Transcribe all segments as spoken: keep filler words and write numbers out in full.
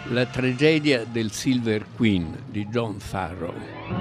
La tragedia del Silver Queen di John Farrow.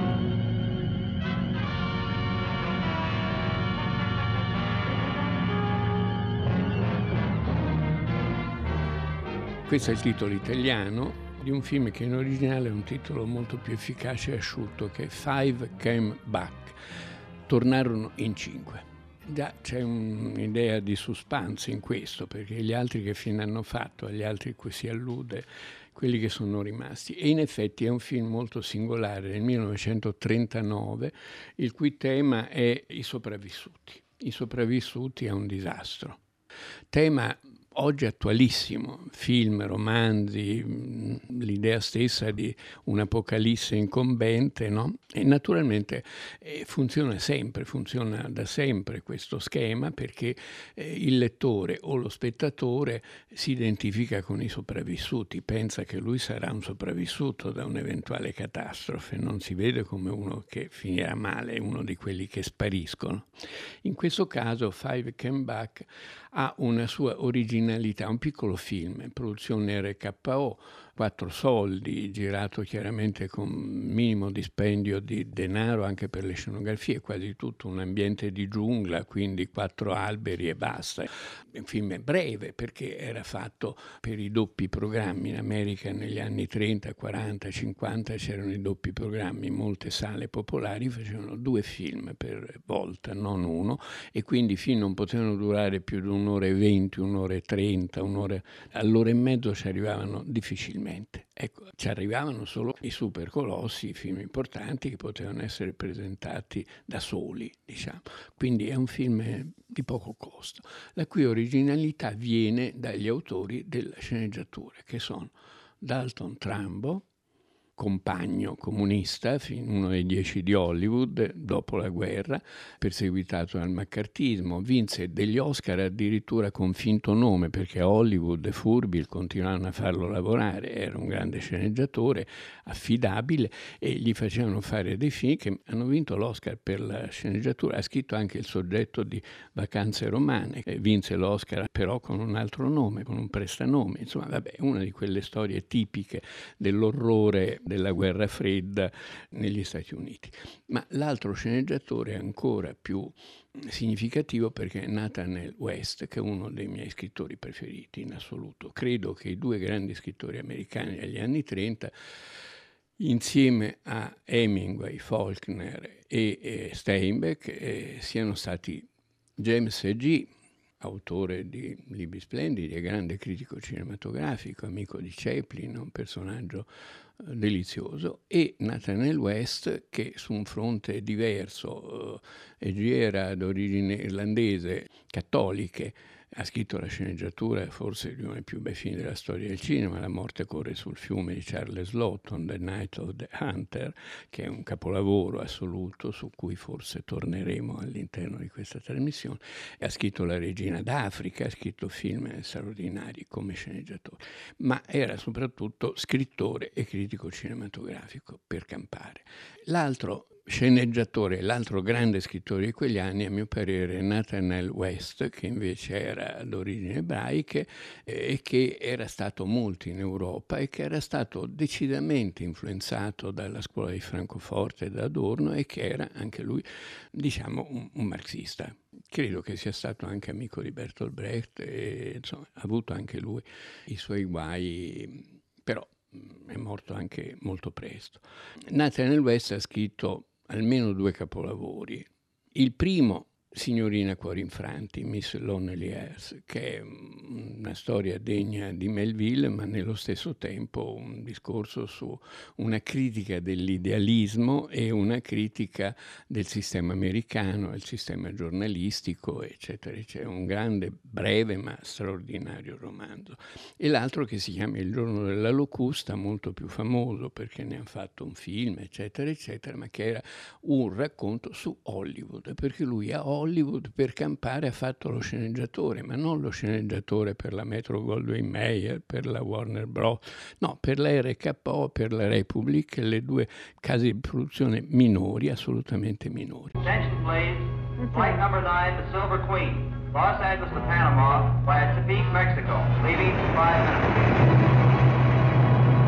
Questo è il titolo italiano di un film che in originale ha un titolo molto più efficace e asciutto, che è Five Came Back. Tornarono in cinque. Già c'è un'idea di suspense in questo, perché gli altri che fine hanno fatto, agli altri a cui si allude, quelli che sono rimasti. E in effetti è un film molto singolare del millenovecentotrentanove, il cui tema è i sopravvissuti. I sopravvissuti a un disastro. Tema oggi attualissimo, film, romanzi, l'idea stessa di un'apocalisse incombente, no? E naturalmente eh, funziona sempre, funziona da sempre questo schema, perché eh, il lettore o lo spettatore si identifica con i sopravvissuti, pensa che lui sarà un sopravvissuto da un'eventuale catastrofe, non si vede come uno che finirà male, uno di quelli che spariscono. In questo caso Five Came Back ha una sua originalità, un piccolo film, produzione R K O, quattro soldi, girato chiaramente con minimo dispendio di denaro anche per le scenografie, quasi tutto un ambiente di giungla, quindi quattro alberi e basta. Un film breve perché era fatto per i doppi programmi. In America negli anni trenta, quaranta, cinquanta c'erano i doppi programmi, molte sale popolari facevano due film per volta, non uno, e quindi i film non potevano durare più di un'ora e venti, un'ora e trenta, un'ora, all'ora e mezzo ci arrivavano difficilmente. Ecco, ci arrivavano solo i supercolossi, i film importanti che potevano essere presentati da soli, diciamo. Quindi è un film di poco costo, la cui originalità viene dagli autori della sceneggiatura, che sono Dalton Trumbo, compagno comunista, uno dei dieci di Hollywood dopo la guerra, perseguitato dal maccartismo, vinse degli Oscar addirittura con finto nome, perché a Hollywood furbi continuavano a farlo lavorare, era un grande sceneggiatore, affidabile, e gli facevano fare dei film che hanno vinto l'Oscar per la sceneggiatura. Ha scritto anche il soggetto di Vacanze romane, e vinse l'Oscar però con un altro nome, con un prestanome. Insomma, vabbè, una di quelle storie tipiche dell'orrore della guerra fredda negli Stati Uniti. Ma l'altro sceneggiatore è ancora più significativo perché è Nathanael West, che è uno dei miei scrittori preferiti in assoluto. Credo che i due grandi scrittori americani degli anni trenta, insieme a Hemingway, Faulkner e, e Steinbeck, eh, siano stati James Agee, autore di libri splendidi e grande critico cinematografico, amico di Chaplin, un personaggio eh, delizioso, e Nathanael West, che su un fronte diverso, eh, era d'origine irlandese, cattoliche, ha scritto la sceneggiatura forse di uno dei più bei film della storia del cinema, La morte corre sul fiume di Charles Lawton, The Night of the Hunter, che è un capolavoro assoluto su cui forse torneremo all'interno di questa trasmissione. Ha scritto La regina d'Africa, ha scritto film straordinari come sceneggiatore, ma era soprattutto scrittore e critico cinematografico per campare. L'altro sceneggiatore, l'altro grande scrittore di quegli anni, a mio parere, è Nathanael West, che invece era d'origini ebraiche e che era stato molto in Europa e che era stato decisamente influenzato dalla scuola di Francoforte e da Adorno, e che era anche lui, diciamo, un, un marxista. Credo che sia stato anche amico di Bertolt Brecht e insomma, ha avuto anche lui i suoi guai, però è morto anche molto presto. Nathanael West ha scritto almeno due capolavori. Il primo, Signorina Cuori infranti, Miss Lonely Earth, che è una storia degna di Melville, ma nello stesso tempo un discorso su una critica dell'idealismo e una critica del sistema americano, il sistema giornalistico, eccetera, eccetera. Un grande, breve ma straordinario romanzo. E l'altro che si chiama Il giorno della locusta, molto più famoso perché ne ha fatto un film, eccetera, eccetera, ma che era un racconto su Hollywood, perché lui a Hollywood per campare ha fatto lo sceneggiatore, ma non lo sceneggiatore per la Metro-Goldwyn-Mayer, per la Warner Bros., no, per la R K O, per la Republic, le due case di produzione minori, assolutamente minori. Attention please, flight number nine, the Silver Queen, Los Angeles to Panama, via Tepic, Mexico, leaving in five minutes.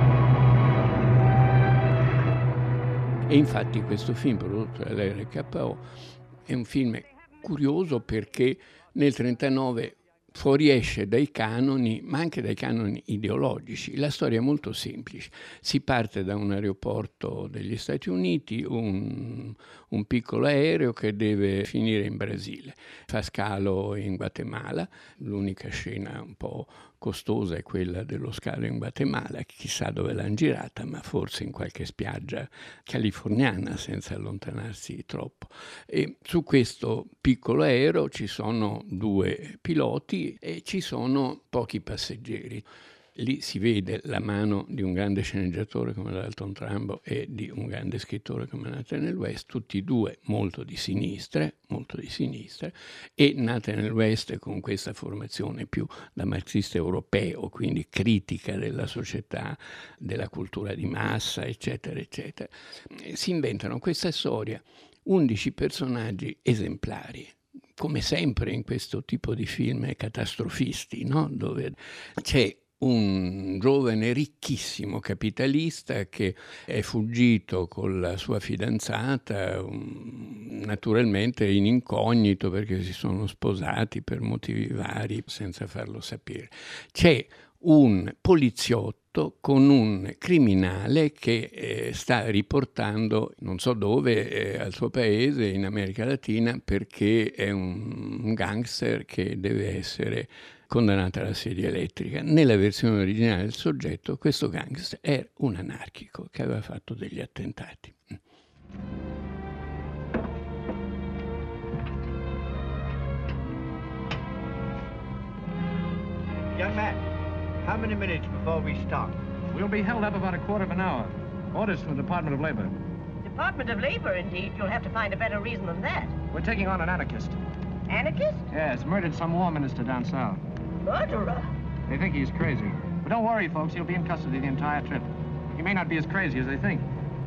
E infatti questo film prodotto dall'R K O è un film curioso perché nel trentanove fuoriesce dai canoni, ma anche dai canoni ideologici. La storia è molto semplice. Si parte da un aeroporto degli Stati Uniti, un, un piccolo aereo che deve finire in Brasile. Fa scalo in Guatemala, l'unica scena un po' costosa è quella dello scalo in Guatemala, chissà dove l'hanno girata, ma forse in qualche spiaggia californiana senza allontanarsi troppo. E su questo piccolo aereo ci sono due piloti e ci sono pochi passeggeri. Lì si vede la mano di un grande sceneggiatore come Dalton Trumbo e di un grande scrittore come Nathaniel West, tutti e due molto di sinistra, molto di sinistra, e Nathaniel West con questa formazione più da marxista europeo, quindi critica della società, della cultura di massa, eccetera, eccetera. Si inventano questa storia, undici personaggi esemplari, come sempre in questo tipo di film catastrofisti, no? Dove c'è un giovane ricchissimo capitalista che è fuggito con la sua fidanzata, um, naturalmente in incognito perché si sono sposati per motivi vari senza farlo sapere. C'è un poliziotto con un criminale che eh, sta riportando non so dove eh, al suo paese in America Latina perché è un, un gangster che deve essere condannato alla sedia elettrica. Nella versione originale del soggetto questo gangster era un anarchico che aveva fatto degli attentati. Young man, how many minutes before we start? We'll be held up about a quarter of an hour. Orders from the Department of Labor. Department of Labor, indeed. You'll have to find a better reason than that. We're taking on an anarchist. Anarchist? Yes, murdered some war minister down south. Murderer? They think he's crazy. But don't worry, folks, he'll be in custody the entire trip. He may not be as crazy as they think.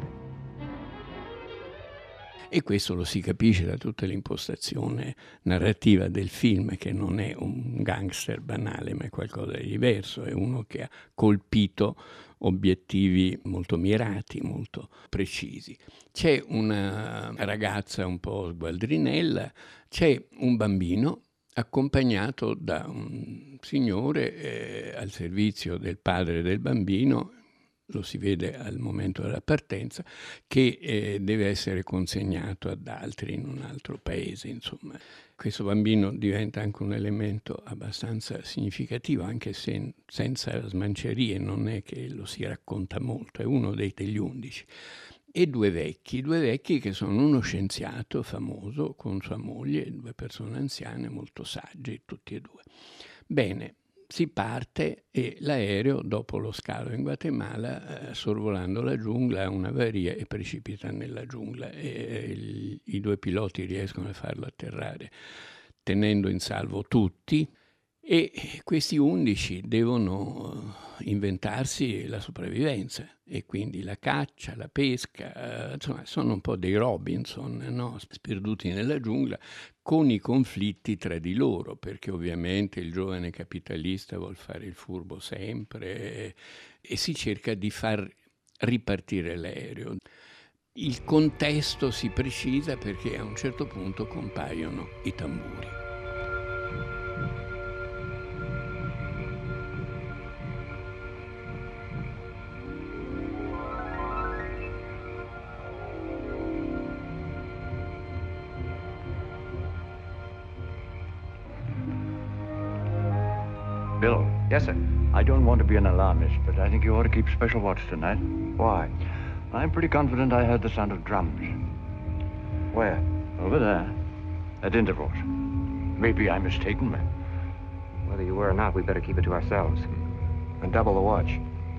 E questo lo si capisce da tutta l'impostazione narrativa del film, che non è un gangster banale, ma è qualcosa di diverso, è uno che ha colpito obiettivi molto mirati, molto precisi. C'è una ragazza un po' sgualdrinella, c'è un bambino accompagnato da un signore eh, al servizio del padre del bambino, lo si vede al momento della partenza, che eh, deve essere consegnato ad altri in un altro paese, insomma. Questo bambino diventa anche un elemento abbastanza significativo, anche se senza smancerie, non è che lo si racconta molto, è uno dei degli undici. E due vecchi, due vecchi che sono uno scienziato famoso con sua moglie, due persone anziane molto sagge, tutti e due. Bene, si parte e l'aereo, dopo lo scalo in Guatemala, eh, sorvolando la giungla, ha un'avaria e precipita nella giungla. E, e il, i due piloti riescono a farlo atterrare, tenendo in salvo tutti, e questi undici devono inventarsi la sopravvivenza, e quindi la caccia, la pesca, eh, insomma sono un po' dei Robinson, no? Sperduti nella giungla, con i conflitti tra di loro, perché ovviamente il giovane capitalista vuol fare il furbo sempre e, e si cerca di far ripartire l'aereo. Il contesto si precisa perché a un certo punto compaiono i tamburi. Bill. Yes, sir. I don't want to be an alarmist, but I think you ought to keep special watch tonight. Why? I'm pretty confident I heard the sound of drums. Where? Over there. At intervals. Maybe I'm mistaken, man. Whether you were or not, we better keep it to ourselves. And double the watch.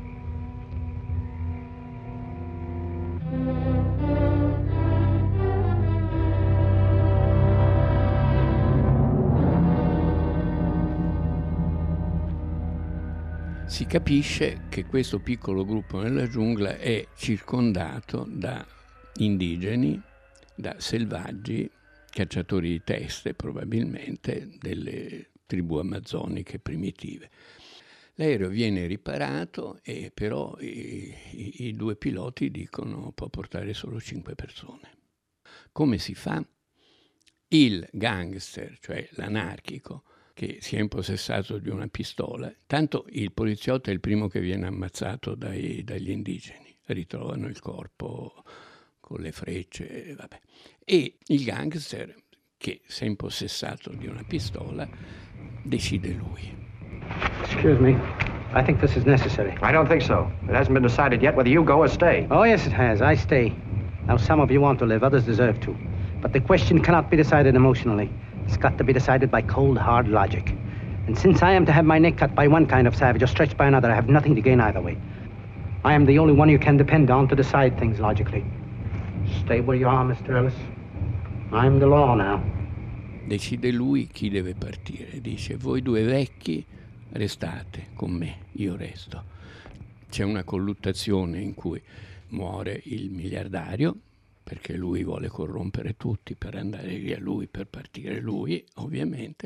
Si capisce che questo piccolo gruppo nella giungla è circondato da indigeni, da selvaggi, cacciatori di teste probabilmente, delle tribù amazzoniche primitive. L'aereo viene riparato e però i, i, i due piloti dicono può portare solo cinque persone. Come si fa? Il gangster, cioè l'anarchico, che si è impossessato di una pistola, tanto il poliziotto è il primo che viene ammazzato dai, dagli indigeni, ritrovano il corpo con le frecce, vabbè. E il gangster, che si è impossessato di una pistola, decide lui. Excuse me, I think this is necessary. I don't think so. It hasn't been decided yet whether you go or stay. Oh, yes, it has. I stay. Now, some of you want to live, others deserve to. But the question cannot be decided emotionally. It's got to be decided by cold, hard logic. And since I am to have my neck cut by one kind of savage or stretched by another, I have nothing to gain either way. I am the only one you can depend on to decide things logically. Stay where you are, mister Ellis. I'm the law now. Decide lui chi deve partire. Dice, voi due vecchi restate con me, io resto. C'è una colluttazione in cui muore il miliardario, perché lui vuole corrompere tutti per andare via lui, per partire lui, ovviamente,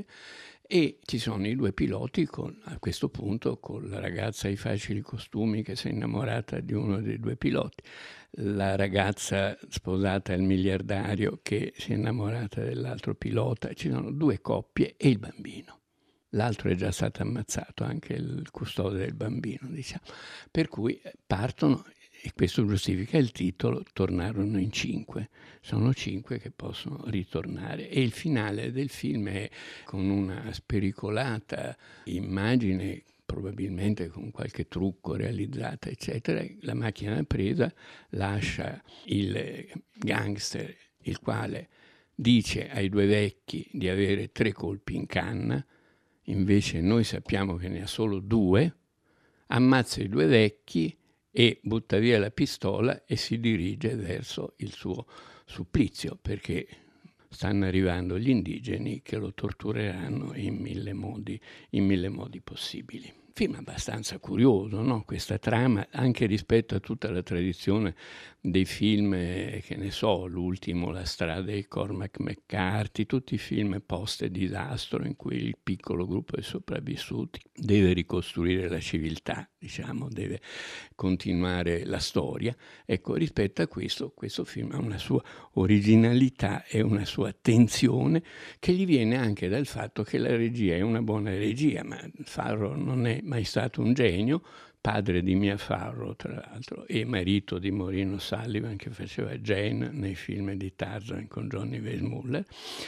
e ci sono i due piloti con, a questo punto con la ragazza ai facili costumi che si è innamorata di uno dei due piloti, la ragazza sposata al miliardario che si è innamorata dell'altro pilota, ci sono due coppie e il bambino. L'altro è già stato ammazzato, anche il custode del bambino, diciamo. Per cui partono, e questo giustifica il titolo, tornarono in cinque. Sono cinque che possono ritornare. E il finale del film è con una spericolata immagine, probabilmente con qualche trucco realizzata, eccetera. La macchina da presa lascia il gangster, il quale dice ai due vecchi di avere tre colpi in canna, invece noi sappiamo che ne ha solo due, ammazza i due vecchi e butta via la pistola e si dirige verso il suo supplizio, perché stanno arrivando gli indigeni che lo tortureranno in mille modi, in mille modi possibili. Film abbastanza curioso, no? Questa trama, anche rispetto a tutta la tradizione dei film, eh, che ne so, l'ultimo, La strada di Cormac McCarthy, tutti i film post-disastro in cui il piccolo gruppo di sopravvissuti deve ricostruire la civiltà, diciamo, deve continuare la storia. Ecco, rispetto a questo, questo film ha una sua originalità e una sua tensione che gli viene anche dal fatto che la regia è una buona regia, ma Farrow non è mai stato un genio, padre di Mia Farrow tra l'altro e marito di Maureen O'Sullivan che faceva Jane nei film di Tarzan con Johnny Weissmuller,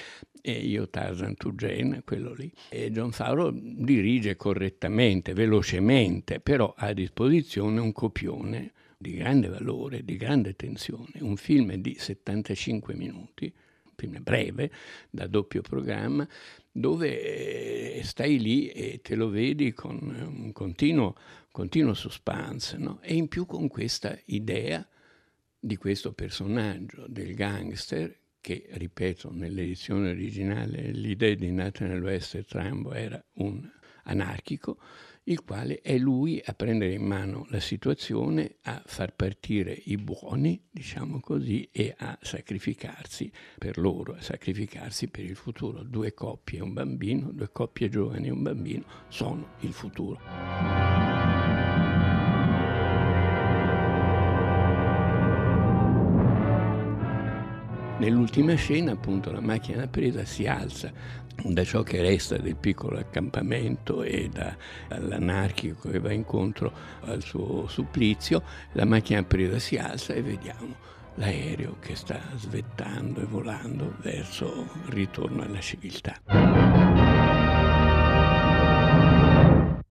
e Io Tarzan tu Jane, quello lì. E Jon Favreau dirige correttamente, velocemente, però ha a disposizione un copione di grande valore, di grande tensione, un film di settantacinque minuti, un film breve, da doppio programma, dove stai lì e te lo vedi con un continuo, continuo suspense, no? E in più con questa idea di questo personaggio del gangster che, ripeto, nell'edizione originale l'idea di Nathaniel West Trambo era un anarchico, il quale è lui a prendere in mano la situazione, a far partire i buoni, diciamo così, e a sacrificarsi per loro, a sacrificarsi per il futuro. Due coppie e un bambino, due coppie giovani e un bambino sono il futuro. Nell'ultima scena, appunto, la macchina da presa si alza da ciò che resta del piccolo accampamento e da, dall'anarchico che va incontro al suo supplizio. La macchina da presa si alza e vediamo l'aereo che sta svettando e volando verso il ritorno alla civiltà.